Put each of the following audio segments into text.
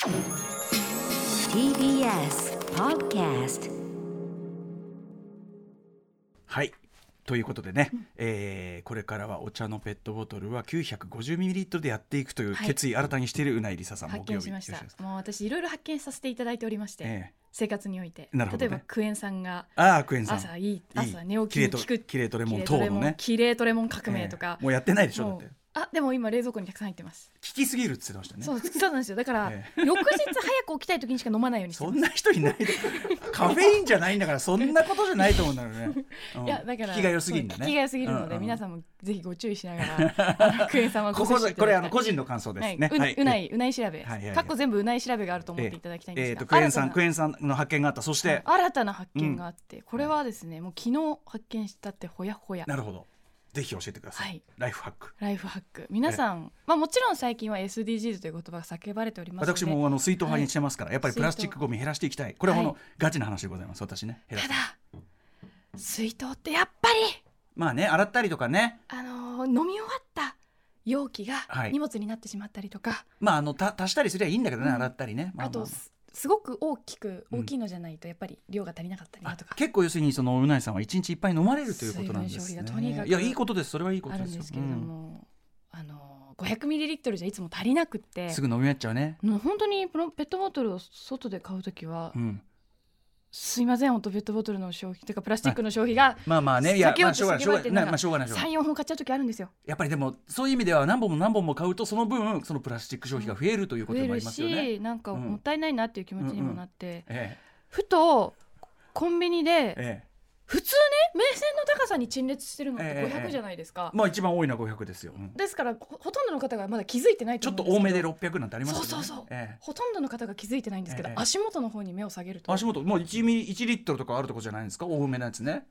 TBS Podcast。 はい、ということでね、これからはお茶のペットボトルは 950ml でやっていくという決意新たにしているうないりささん、 発見しました。もう私いろいろ発見させていただいておりまして、生活において、 なるほどね、 例えばクエン酸が朝寝起きに効くキレートレモン等のね、 キレートレモン革命とか、 もうやってないでしょ。だってでも今冷蔵庫にたくさん入ってます。 効きすぎるって言ってましたね。 そうなんですよ。だから、翌日早く起きたい時にしか飲まないようにしてます。 そんな人いないでカフェインじゃないんだからそんなことじゃないと思うんだよね。 いやだから効きが良すぎるんだね。 効きが良すぎるので、皆さんもぜひご注意しながらクエン酸はご摂取いただきたい。 これ個人の感想ですね。 うない調べ、かっこ全部うない調べがあると思っていただきたいんですが、 クエン酸の発見があった。そして新たな発見があって、これはですね、もう昨日発見したってほやほや。 なるほど、ぜひ教えてください。ライフハック。皆さん、もちろん最近は SDGs という言葉が叫ばれておりますので、 私も水筒派にしてますから、やっぱりプラスチックゴミ減らしていきたい。これはガチな話でございます。私ね、 ただ水筒ってやっぱりまあね、洗ったりとかね、 飲み終わった容器が荷物になってしまったりとか、 足したりすればいいんだけどね、洗ったりね。 あとすごく大きいのじゃないとやっぱり量が足りなかったりとか、 結構要するにうないさんは1日いっぱい飲まれるということなんですね。 水分消費がとにかくいやいいことです。それはいいことですよ。 あるんですけれども、500ml じゃいつも足りなくってすぐ飲み終わっちゃうね。 もう本当にペットボトルを外で買うときは、すいません、本当ペットボトルの消費というかプラスチックの消費がね、 避けようとしてしまってしょうがない。 3、4本買っちゃうときあるんですよ。 やっぱりでもそういう意味では何本も買うとその分そのプラスチック消費が増えるということもありますよね。 増えるし、なんかもったいないなっていう気持ちにもなって、ふとコンビニで、普通ね、目線の高さに陳列してるのって500じゃないですか。 一番多いのは500ですよ。 ですからほとんどの方がまだ気づいてないと思うんですけど、 ちょっと多めで600なんてありますよね。 そう、ほとんどの方が気づいてないんですけど、足元の方に目を下げると、 足元もう1リットルとかあるとこじゃないんですか、多めのやつね。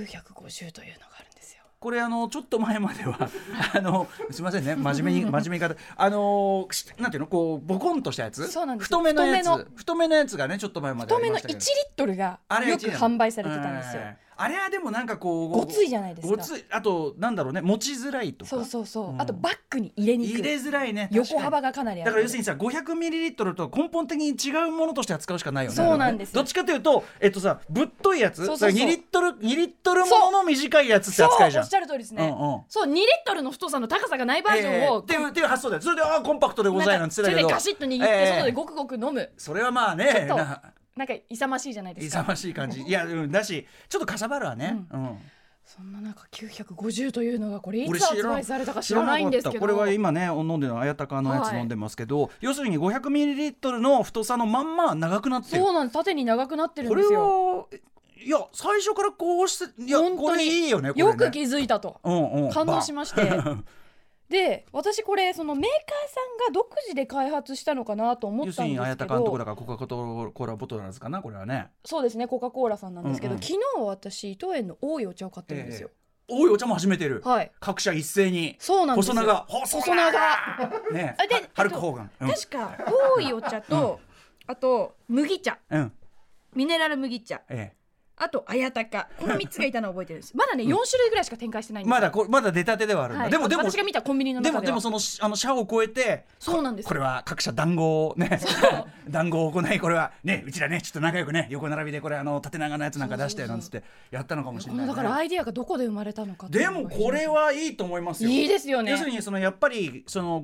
950というのがあるんですよ。 これちょっと前まではすいませんね、真面目に方なんていうの、こうボコンとしたやつ、太めのやつがね、ちょっと前までありましたけど、 太めの1リットルがよく販売されてたんですよ。 あれはでもなんかこうごついじゃないですか。 あとなんだろうね、持ちづらいとか、 あとバッグに入れにくい、 入れづらいね。 横幅がかなりある。 だから要するにさ、500ml と根本的に違うものとして扱うしかないよね。 そうなんです。 どっちかというとぶっといやつ、2リットルものの短いやつって扱いじゃん。 そう、おっしゃる通りですね。そう、2リットルの太さの高さがないバージョンを、 っていう発想で、それでコンパクトでございなんて言ってたけど、 それでガシッと握って外でごくごく飲む、 それはまあね、 なんか勇ましいじゃないですか。 勇ましい感じ。いやだしちょっとかさばるわね。 そんな中950というのがこれいつ発売されたか知らないんですけど、 これは今ね飲んでるの綾鷹のやつ飲んでますけど、要するに 500ml の太さのまんま長くなってる。 そうなんです、縦に長くなってるんですよ。 これはいや最初からこうして、いやこれいいよね、これね。 よく気づいたと、感動しましてで、私これそのメーカーさんが独自で開発したのかなと思ったんですけど、 要するに綾鷹のところだからコカ・コーラボトラーズかな、これはね。 そうですね、コカ・コーラさんなんですけど、昨日私伊藤園の多いお茶を買ってるんですよ。 多いお茶も始めてる、各社一斉に。 そうなんですよ、細長ね、ハルク・ホーガン、 確か多いお茶と、あと麦茶、ミネラル麦茶、あと綾鷹、この3つがいたのを覚えてるんです。まだね4種類ぐらいしか展開してないんですよ。まだ出たてではあるんだ。でも私が見たコンビニの中ではでもその社を超えて、 そうなんです。 これは各社談合をね談合を行い、これはねうちらねちょっと仲良くね横並びでこれ縦長のやつなんか出してなんつってやったのかもしれない。 だからアイディアがどこで生まれたのか。 でもこれはいいと思いますよ。 いいですよね。 要するにやっぱりその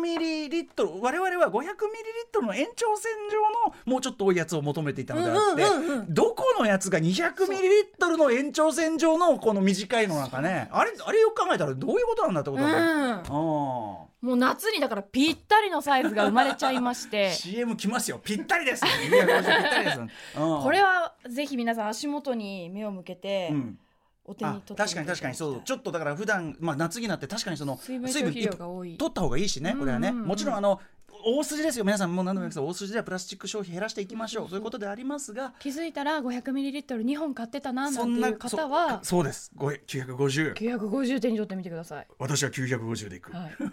500ml、 我々は 500ml の延長線上のもうちょっと多いやつを求めていたのであって、どこのやつが 200mlの延長線上のこの短いのなんかね、あれよく考えたらどういうことなんだってことだね。 もう夏にだからぴったりのサイズが生まれちゃいまして CM 来ますよ、ぴったりです、ぴったりですこれはぜひ皆さん足元に目を向けて、お手に取って確かにそう、ちょっとだから普段、夏になって確かにその水分消費量が多い、 取った方がいいしね、これはね。もちろん大筋ですよ、皆さんもう何度も言いますけど、大筋ではプラスチック消費減らしていきましょう、そういうことでありますが、 気づいたら 500ml2 本買ってたななんていう方は、 そうです、950 手に取ってみてください。 私は950でいく、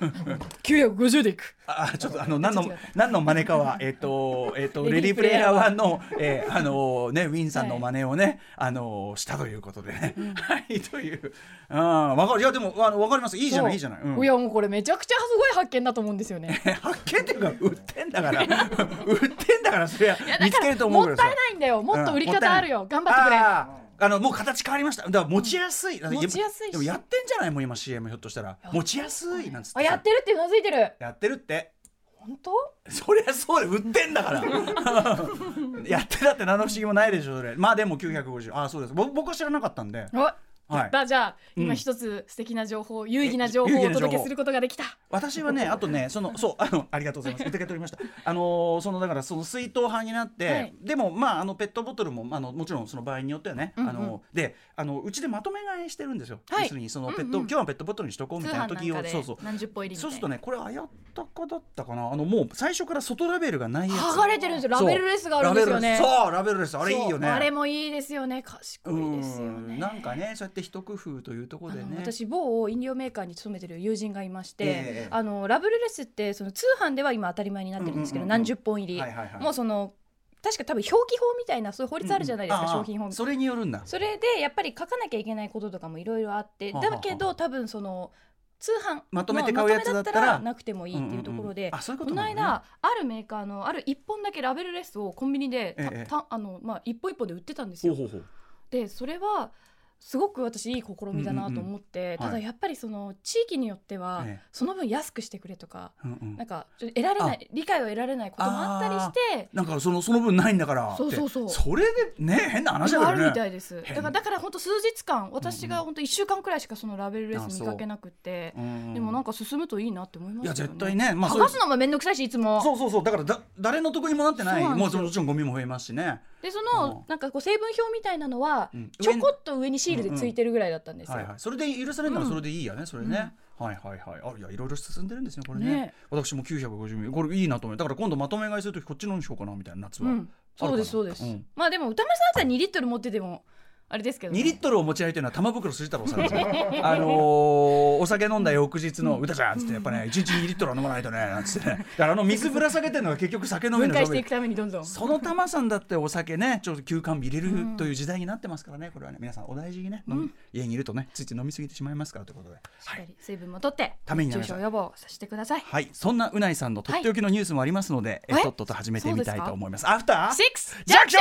950でいく。 ちょっと何の真似かはレディープレイヤー1のウィンさんの真似をね、したということでね、はいという、いやでも分かります、いいじゃない、いいじゃない。 いやもうこれめちゃくちゃすごい発見だと思うんですよね。 発見ってが売ってんだから売ってんだからそれは見つけると思うけどさ、 もったいないんだよ、もっと売り方あるよ、頑張ってくれ。 もう形変わりました。だから持ちやすい、 持ちやすいし、 でもやってんじゃないもう今 CM ひょっとしたら持ちやすいなんつって。 やってるってうなずいてる。 やってるって。 本当？ そりゃそうで売ってんだからやってたって何の不思議もないでしょそれ。まあでも950、そうです。僕は知らなかったんで。 はい、じゃあ今一つ素敵な情報、有意義な情報をお届けすることができた。 私はねあとねありがとうございます受け取りました。だからその水筒派になって、はい、でもまあペットボトルももちろんその場合によってはね、でうちでまとめ買いしてるんですよ、はい、要するにそのペット、今日はペットボトルにしとこうみたいな時を何十本入りみたいな。 そうするとねこれあやったかだったかな、もう最初から外ラベルがないやつ剥がれてるんですよ。ラベルレスがあるんですよね。 そうラベルレスあれいいよね。 あれもいいですよね。賢いですよね。 なんかねそうやって一工夫というところでね。 私某飲料メーカーに勤めてる友人がいまして、ラベルレスってその通販では今当たり前になってるんですけど、何十本入り、もうその確か多分表記法みたいなそういう法律あるじゃないですか、商品法。 それによるんだ。 それでやっぱり書かなきゃいけないこととかもいろいろあって、だけど多分その通販まとめて買うやつだったらなくてもいいっていうところで、この間あるメーカーのある1本だけラベルレスをコンビニで一本一本で売ってたんですよ。でそれはすごく私いい試みだなと思って、ただやっぱりその地域によってはその分安くしてくれとか、なんかちょっと得られない理解を得られないこともあったりして、 なんかその分ないんだからって、それでね変な話だよね。 あるみたいです。だから本当数日間私が本当1週間くらいしかそのラベルレス見かけなくて、でもなんか進むといいなって思いましたよね。 いや絶対ね、 剥がすのもめんどくさいしいつも。 そうだから誰の得にもなってない。もちろんゴミも増えますしね。 でそのなんかこう成分表みたいなのはちょこっと上にシールでついてるぐらいだったんですよ。 それで許されるならそれでいいやね、それね。いやいろいろ進んでるんですよこれね。私も950ミリこれいいなと思う。だから今度まとめ買いするときこっちのにしようかなみたいな夏は。 そうですそうです。まあでも歌丸さんだったら2リットル持っててもあれですけど、 2リットルを持ち歩いてるのは玉袋筋太郎さんですよお酒飲んだ翌日の歌ちゃんっつってやっぱね1日2リットルは飲まないとねなんつってね。だから水ぶら下げてるのが結局酒飲める分解していくためにどんどんその玉さんだってお酒ねちょっと休館日入れるという時代になってますからね。これはね皆さんお大事にね、家にいるとねついつい飲みすぎてしまいますからということで、 しっかり水分も取って熱中症予防させてください。 はい、そんなうないさんのとっておきのニュースもありますので、とっとと始めてみたいと思います。アフターシックスジャンクシ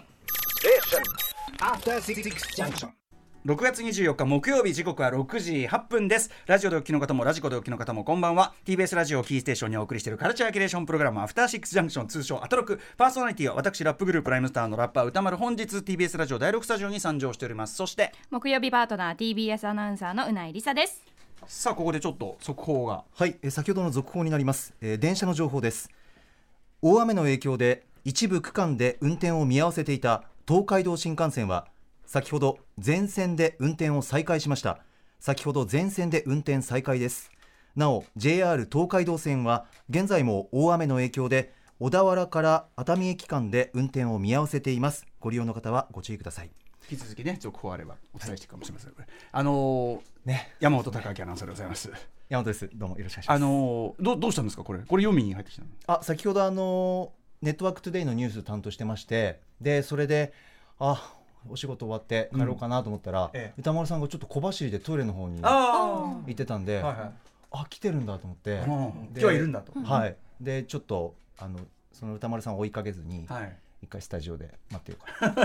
ョン。 6月24日木曜日、時刻は6時8分です。ラジオでお聞きの方もラジコでお聞きの方もこんばんは。 TBS ラジオキーステーションにお送りしているカルチャーキュレーションプログラムアフターシックスジャンクション、通称アトロク。パーソナリティは私ラップグループライムスターのラッパー歌丸。本日 TBS ラジオ第6スタジオに参上しております。そして木曜日パートナー TBS アナウンサーのうないりさです。 さあここでちょっと速報が。 はい、先ほどの続報になります。電車の情報です。大雨の影響で一部区間で運転を見合わせていた東海道新幹線は先ほど全線で運転を再開しました。先ほど全線で運転再開です。なお JR 東海道線は現在も大雨の影響で小田原から熱海駅間で運転を見合わせています。ご利用の方はご注意ください。 引き続きね続報あればお伝えしていくかもしれません。山本貴明アナウンサーでございます。 山本です。どうもよろしくお願いします。 どうしたんですかこれ読みに入ってきたの。 先ほどネットワークトゥデイのニュース担当してまして、でそれでお仕事終わって帰ろうかなと思ったら、歌丸さんがちょっと小走りでトイレの方に行ってたんで、来てるんだと思って、 今日はいるんだと、 でちょっとその歌丸さんを追いかけずに、一回スタジオで待ってよ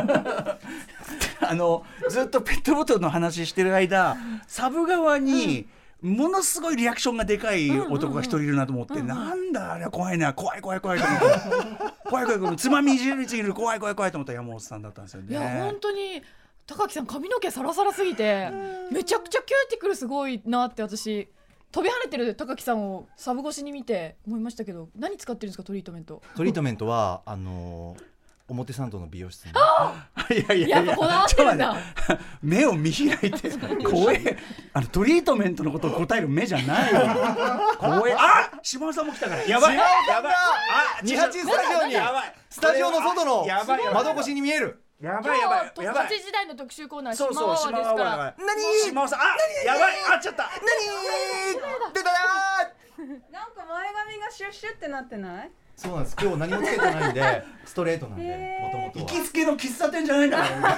ずっとペットボトルの話してる間サブ側に、ものすごいリアクションがでかい男が一人いるなと思って、なんだあれ怖いな怖いと思って怖いつまみじるちぎる怖いと思ったら山本さんだったんですよね。 いや本当に高木さん髪の毛サラサラすぎてめちゃくちゃキューティクルすごいなって私飛び跳ねてる高木さんをサブ越しに見て思いましたけど、何使ってるんですかトリートメント。 トリートメントは表参道の美容室にやっぱこだわってるんだ目を見開いて怖いトリートメントのことを答える目じゃないよ怖い。島田さんも来たからやばい 28スタジオにスタジオの外の窓越しに見える。 やばい8時台の特集コーナー島川ですから島田さんやばいあっちゃった出たなんか前髪がシュッシュってなってない？ そうなんです。今日何もつけてないんでストレートなんでもともと行きつけの喫茶店じゃないんだ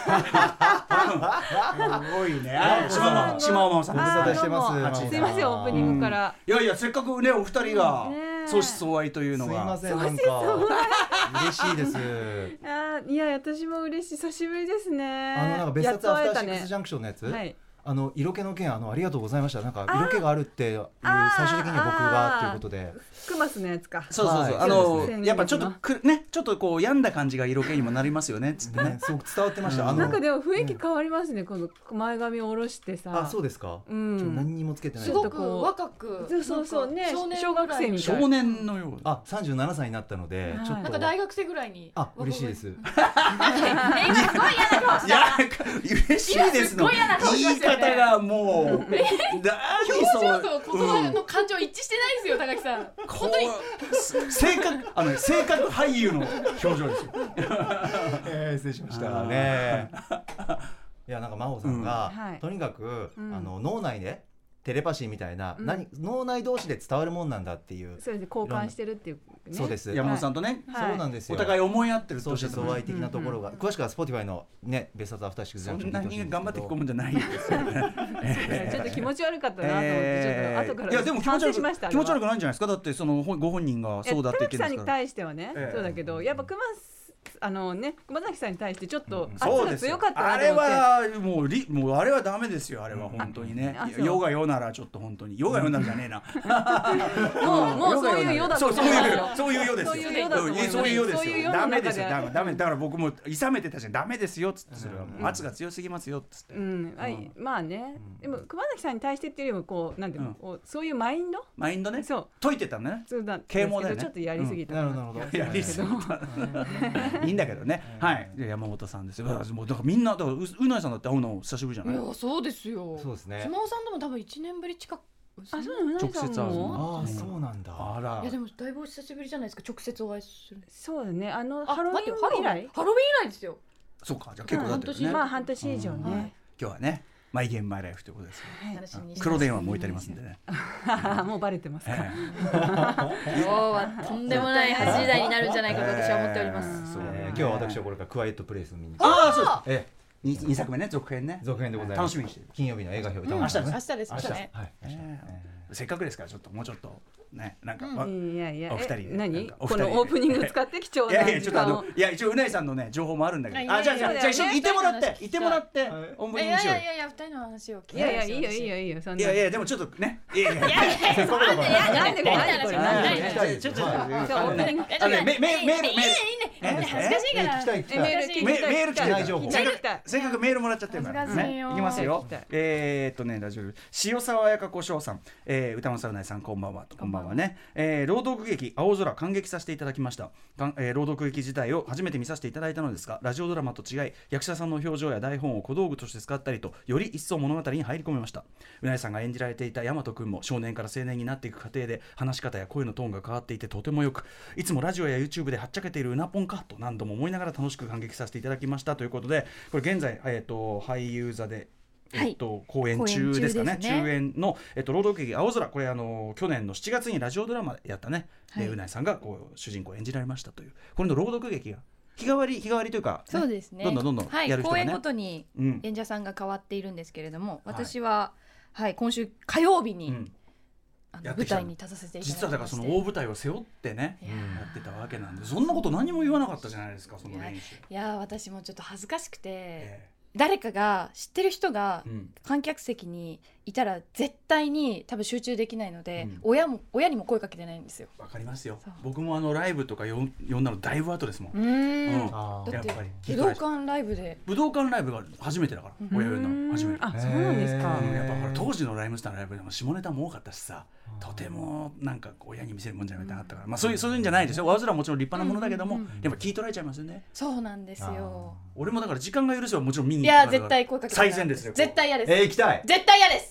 からすごいね。島尾真央さんご無沙汰してます。 すいませんオープニングから。 いやせっかくねお二人が相思相愛というのが。 すいません、なんか嬉しいです。 いや私も嬉しい、久しぶりですね。 なんか別冊アフターシックスジャンクションのやつ、 はい、 色気の件ありがとうございました。なんか色気があるっていう最終的には僕がっていうことで、 クマスのやつか。 そうそうそう、 はい、 やっぱちょっとね、ちょっとこう病んだ感じが色気にもなりますよねつってね、 すごく伝わってました。 なんかでも雰囲気変わりますね、この前髪を下ろしてさ。 そうですか。何にもつけてない。 すごく若く、 そうね、小学生みたいな。 少年のよう。 37歳になったので、ちょっとなんか大学生ぐらいに。 嬉しいです。 今すごい嫌な顔した。 嬉しいですの言い方がもう表情と言葉の感情一致してないですよ、高木さん。本当に性格俳優の表情ですよ。 失礼しましたね。いや、なんか真帆さんが、とにかく脳内でテレパシーみたいな、脳内同士で伝わるもんなんだっていう。 そうですね、交換してるっていう、ね。 そうです。 山本さんとね、 そうなんですよ。 お互い思い合ってる相思相愛的なところが、詳しくは Spotify のね、別冊アフターシックスジャンクションで。 そんなに頑張って聞くもんじゃないですよね。 ちょっと気持ち悪かったなと思って、ちょっと後から。 いやでも気持ち悪くないんじゃないですか。だってそのご本人がそうだって言ってるんですから。 高木さんに対してはね、そうだけど、やっぱ熊崎さんに対してちょっと圧が強かったなと思って。 あれはもうあれはダメですよ。あれは本当にね。世が世ならちょっと本当に世が世ならじゃねえな。 もうそういう世だと思いますよ。 そういう世ですよ。そういう世ですよ。ダメですよ。ダメだから僕も諌めてたじゃん。ダメですよっつって、それは圧が強すぎますよっつって。 まあね。でも熊崎さんに対してっていうよりもこうなんていうの、そういうマインドね。そう。 解いてたね。啓蒙だよね。 ちょっとやりすぎた。 なるほど。 やりすぎた。いいんだけどね。はい。山本さんですよ。だからみんなだからうなえさんだって会うの久しぶりじゃない？ いやそうですよ。 そうですね。 島尾さんとも多分1年ぶり近く。 そうなの？ 直接会うの？そうなんだ。 あら。 いやでもだいぶお久しぶりじゃないですか、直接お会いする。 そうだね。ハロウィン以来？ ハロウィン以来ですよ。 そうか、じゃあ結構だってね。 まあ半年以上ね。 今日はね。マイゲームマイライフということですよ。黒電話も置いてありますんでね。 もうバレてますか。 今日はとんでもない8時台になるんじゃないかと私は思っております。 今日は私はこれからクワイエットプレイス見に。 そうです。2作目ね、続編ね。 続編でございます。 楽しみにしてる。 金曜日の映画表。 明日ですね。 せっかくですからちょっともうちょっとね、なんかいやお二人で何このオープニング使って貴重な時間を。 いや一応うなえさんのね情報もあるんだけど、じゃあ一緒にいてもらってオープニングしよう。 いや2人の話を聞いて。 いやいいよそんな。 いやでもちょっとね。なんでこれちょっと恥ずかしいからメール来てない情報。せっかくメールもらっちゃってるからね。いきますよ。ラジオ塩沢彩香子翔さん、歌のサウナさんこんばんはと。こんばんはね。朗読劇青空感激させていただきました。朗読劇自体を初めて見させていただいたのですが、ラジオドラマと違い役者さんの表情や台本を小道具として使ったりと、より一層物語に入り込めました。うなえさんが演じられていた大和くんも少年から青年になっていく過程で話し方や声のトーンが変わっていてとてもよく、いつもラジオや YouTube ではっちゃけているうなぽんかと何度も思いながら楽しく感激させていただきましたということで、これ現在、俳優座で公演中ですかね。中演の、朗読劇青空、これ去年の7月にラジオドラマやったね、うなえさんがこう主人公を演じられましたという、これの朗読劇が日替わりというか、 そうですね、 どんどんやる人がね、 公演ごとに演者さんが変わっているんですけれども、私は、今週火曜日に、舞台に立たせていただきまして、 実はだからその大舞台を背負ってねやってたわけなんで、そんなこと何も言わなかったじゃないですか、その練習。 いや私もちょっと恥ずかしくて、誰かが知ってる人が観客席にいたら絶対に多分集中できないので、親にも声かけてないんですよ。 わかりますよ。僕もライブとか呼んだのだいぶ後ですもん。 だって武道館ライブが初めてだから、親呼んだの初めて。 そうなんですか。 やっぱほら当時のライムスターのライブでも下ネタも多かったしさ、とてもなんか親に見せるもんじゃなかったから、そういうんじゃないですよ。わずらもちろん立派なものだけども、やっぱ聞い取られちゃいますよね。 そうなんですよ。 俺もだから時間が許せばもちろん見にいや絶対声かけて最前ですよ。 絶対嫌です。 行きたい。 絶対嫌です。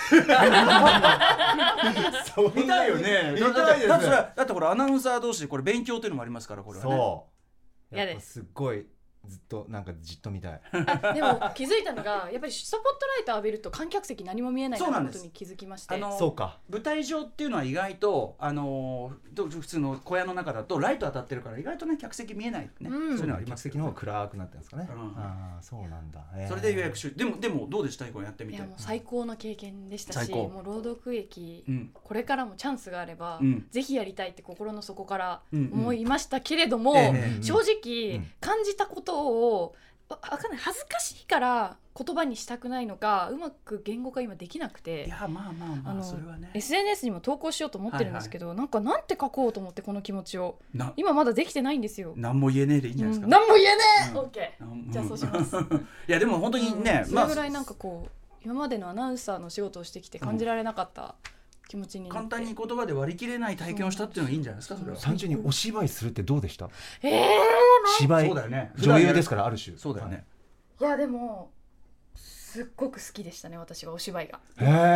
見たいよね。だってほらアナウンサー同士でこれ勉強というのもありますから、これはね。 そう。やっぱすごいずっとなんかじっと見たい。 でも気づいたのがやっぱりスポットライト浴びると観客席何も見えないということに気づきまして、 そうか、 舞台上っていうのは意外と普通の小屋の中だとライト当たってるから意外とね客席見えないね、そういうのはあります。 客席の方が暗くなってるんですかね。ああそうなんだ。 それで予約しでもどうでしたこれやってみて。 いやもう最高の経験でしたし、もう朗読劇、これからもチャンスがあれば、ぜひやりたいって心の底から思いましたけれども、正直、感じたことをわかんない、恥ずかしいから言葉にしたくないのかうまく言語化今できなくて、 いやまあそれはね SNS にも投稿しようと思ってるんですけど、なんて書こうと思ってこの気持ちを今まだできてないんですよ。 何も言えねえでいいんじゃないですか。 何も言えねえ、OK、じゃあそうします。 いやでも本当にね、 それぐらいなんかこう今までのアナウンサーの仕事をしてきて感じられなかった気持ちになって、 簡単に言葉で割り切れない体験をしたっていうのがいいんじゃないですか。それは単純にお芝居するってどうでした？ 芝居、 そうだよね、女優ですからある種。 そうだよね。 いやでもすっごく好きでしたね、私はお芝居が。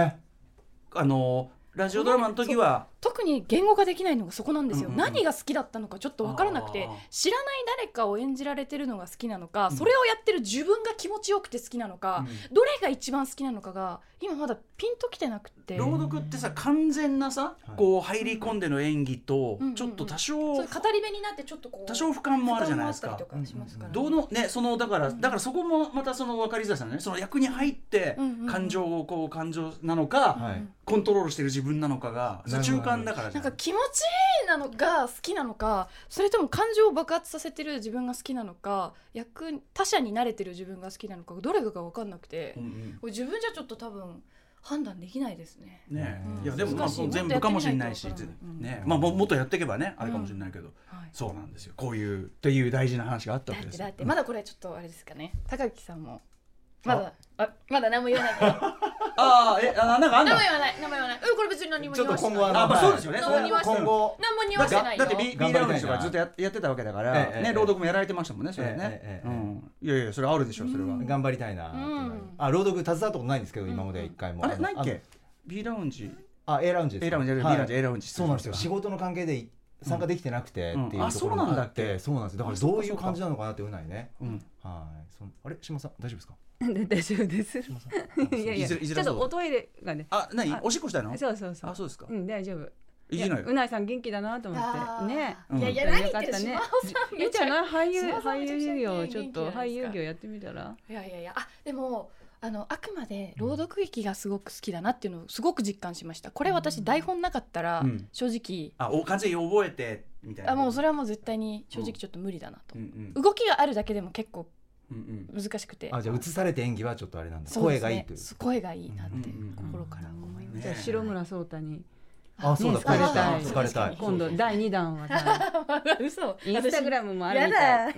ラジオドラマの時は特に言語化できないのがそこなんですよ、何が好きだったのかちょっと分からなくて、知らない誰かを演じられてるのが好きなのか、それをやってる自分が気持ちよくて好きなのか、どれが一番好きなのかが今まだピンときてなくて。 朗読ってさ完全なさ、こう入り込んでの演技とちょっと多少そういう語り部になってちょっとこう多少俯瞰もあるじゃないですか。どのねだからそこもまたその分かりづらさね、その役に入って感情をこう感情なのか、コントロールしてる自分なのかが中間だからじゃん。 なんか気持ちいいなのが好きなのか、それとも感情を爆発させてる自分が好きなのか、他者に慣れてる自分が好きなのか、どれかが分かんなくて、自分じゃちょっと多分判断できないですね。 いやでも全部かもしれないし、もっとやっていけばねあれかもしれないけど、そうなんですよ。こういうっていう大事な話があったわけです。 だってまだこれちょっとあれですかね、高木さんもまだ何も言わないけどなんかあんの？名前言わない。これ別に何も言わない。 ちょっと今後そうですよね。 今後何も言わせないよ。 だって B ラウンジとかずっとやってたわけだからね、朗読もやられてましたもんね、それね。いやそれあるでしょ、それは。 頑張りたいな。朗読携わったことないんですけど今まで一回も。 あれないっけ？ B ラウンジ。 A ラウンジです。 A ラウンジ。 そうなんですよ。仕事の関係で参加できてなくてっていうところがあって、そうなんです。だからどういう感じなのかなってうないね。はい。あれ島さん大丈夫ですか？ 大丈夫です。いやちょっとおトイレがね。 何？おしっこしたの？ そう。そうですか。大丈夫。うないさん元気だなと思ってね。 いや何言ってる島尾さんめちゃな俳優業ちょっと俳優業やってみたら。 いやでもあくまで朗読劇がすごく好きだなっていうのをすごく実感しました。これ私台本なかったら正直完全に覚えてみたいな。 もうそれはもう絶対に正直ちょっと無理だなと。動きがあるだけでも結構難しくて。 じゃあ映されて演技はちょっとあれなんだ。声がいいという。 声がいいなって心から思いました。 白村壮太に。 そうだ、疲れたい。 今度第2弾は嘘。 インスタグラムもあるみたい。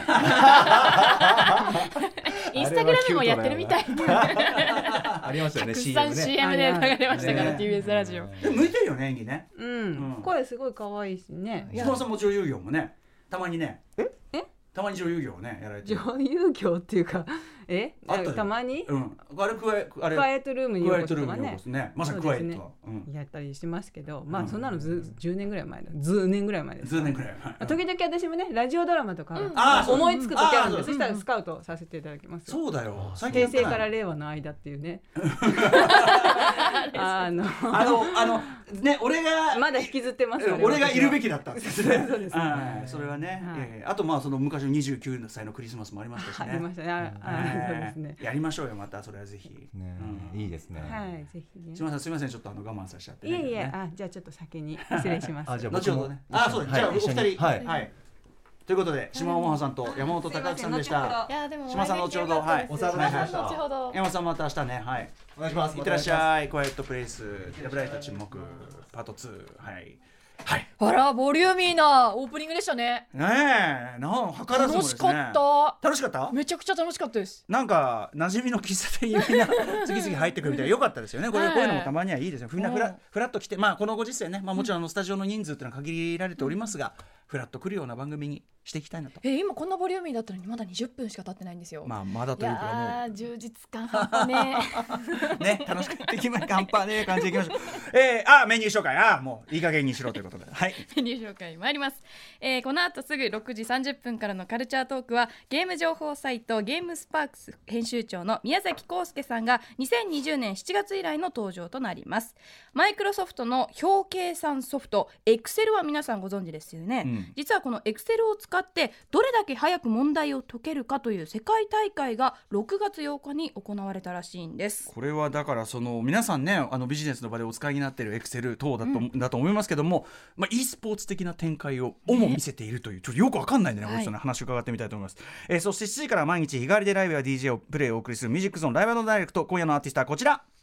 インスタグラムもやってるみたい。 ありましたよね。 たくさん CM で流れましたから TBS ラジオ。 向いてるよね演技ね。 声すごい可愛いしね。 島尾さんも女優業もねたまにね。たまに女優業をねやられてる。 女優業っていうかたまにあれクワイエットルームによくとかねまさにクワイエットやったりしますけど、まあそんなの10年ぐらい前だ。10年ぐらい前です。 10年ぐらい。 時々私もねラジオドラマとか思いつく時あるんで、そしたらスカウトさせていただきます。 そうだよ。 平成から令和の間っていうね。 ね俺がまだ引きずってます。 俺がいるべきだったんですね。 そうです。 それはね。あとその昔の29歳のクリスマスもありましたしね。 ありましたね。そうですね。 やりましょうよまたそれはぜひ。 いいですね。 はいぜひね。 島さんすみませんちょっと我慢させちゃって。 いえじゃあちょっと先に失礼します。 じゃあ後ほどね。そうじゃあお二人はいということで島尾真帆さんと山本貴明さんでした。島さん後ほどはいお世話になりました。 山本さんまた明日ねはいお願いします。 いってらっしゃい。クワイエットプレイス破られた沈黙パート2はいあらボリューミーなオープニングでしたね。 ねえ図らずもですね。楽しかった。 めちゃくちゃ楽しかったです。 なんか馴染みの喫茶店にみんな次々入ってくるみたいな良かったですよね。こういうのもたまにはいいですよ。みんなフラッと来てこのご時世ねもちろんスタジオの人数っていうのは限られておりますがフラッと来るような番組にしていきたいなと。 今こんなボリューミーだったのにまだ20分しか経ってないんですよ。 まだというかもう充実感半端ねね、楽しくやっていきましょう。半端ね感じでいきましょう。メニュー紹介もういい加減にしろということで、はい、 メニュー紹介参ります。この後すぐ6時30分からのカルチャートークはゲーム情報サイトゲームスパークス編集長の宮崎康介さんが2020年7月以来の登場となります。マイクロソフトの表計算ソフト Excel は皆さんご存知ですよね、実はこの Excel を使ってどれだけ早く問題を解けるかという世界大会が6月8日に行われたらしいんです。 これはだから皆さんねビジネスの場でお使いになっている Excel 等だと思いますけども、e スポーツ的な展開をも見せているという、ちょっとよくわかんないんでね、この人の話を伺ってみたいと思います。そして7時から毎日日替わりでライブや DJ をプレイをお送りするミュージックゾーンライブダイレクト。今夜のアーティストはこちら。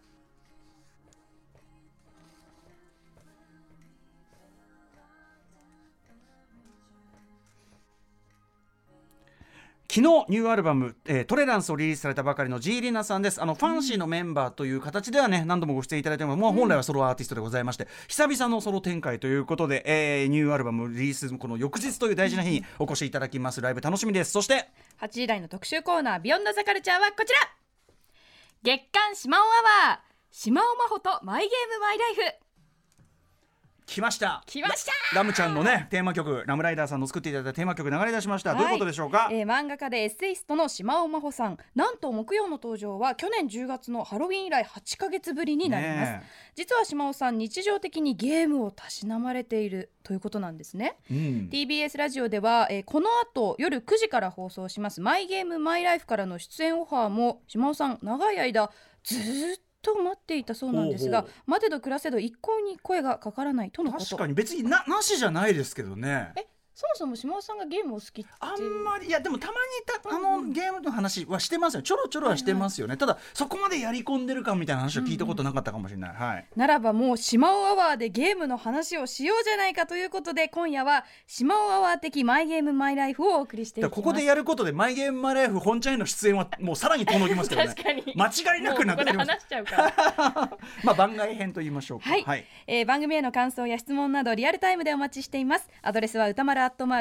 昨日ニューアルバム、トレランスをリリースされたばかりのジーリナさんです。ファンシーのメンバーという形ではね何度もご出演いただいても、本来はソロアーティストでございまして、久々のソロ展開ということで、ニューアルバムリリースこの翌日という大事な日にお越しいただきます。ライブ楽しみです。そして 8時台の特集コーナービヨンドザカルチャーはこちら、月刊シマオアワー、シマオマホとマイゲームマイライフ。 来ましたラムちゃんのねテーマ曲、ラムライダーさんの作っていただいたテーマ曲流れ出しました、どういうことでしょうか。 漫画家でエッセイストの島尾真帆さん、なんと木曜の登場は去年10月のハロウィン以来8ヶ月ぶりになります、実は島尾さん日常的にゲームをたしなまれているということなんですね、TBS ラジオでは、この後夜9時から放送しますマイゲームマイライフからの出演オファーも島尾さん長い間ずっと待っていたそうなんですが、待てど暮らせど一向に声がかからないとのこと。 確かに別に なしじゃないですけどね。 そもそも島尾さんがゲームを好きってあんまり、いやでもたまにゲームの話はしてますよ、ちょろちょろはしてますよね、ただそこまでやり込んでるかみたいな話を聞いたことなかったかもしれない、 ならばもう島尾アワーでゲームの話をしようじゃないかということで、今夜は島尾アワー的マイゲームマイライフをお送りしていきます。 ここでやることでマイゲームマイライフ本ちゃんへの出演はもうさらに遠のきますけどね確かに間違いなくなくなります。 もうここで話しちゃうから番外編と言いましょうか。 番組への感想や質問などリアルタイムでお待ちしています。アドレスは歌丸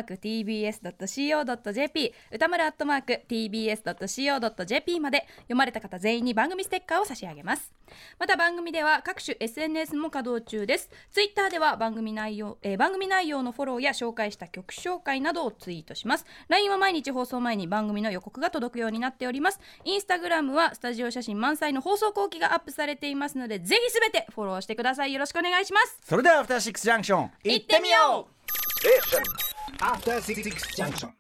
@tbs.co.jp 歌丸@tbs.co.jp まで。読まれた方全員に番組ステッカーを差し上げます。また番組では各種 SNS も稼働中です。ツイッターでは番組内容のフォローや紹介した曲紹介などをツイートします。 LINE は毎日放送前に番組の予告が届くようになっております。インスタグラムはスタジオ写真満載の放送後期がアップされていますので、ぜひすべてフォローしてください。よろしくお願いします。 それではアフターシックスジャンクション行ってみよう。 After 66 junction.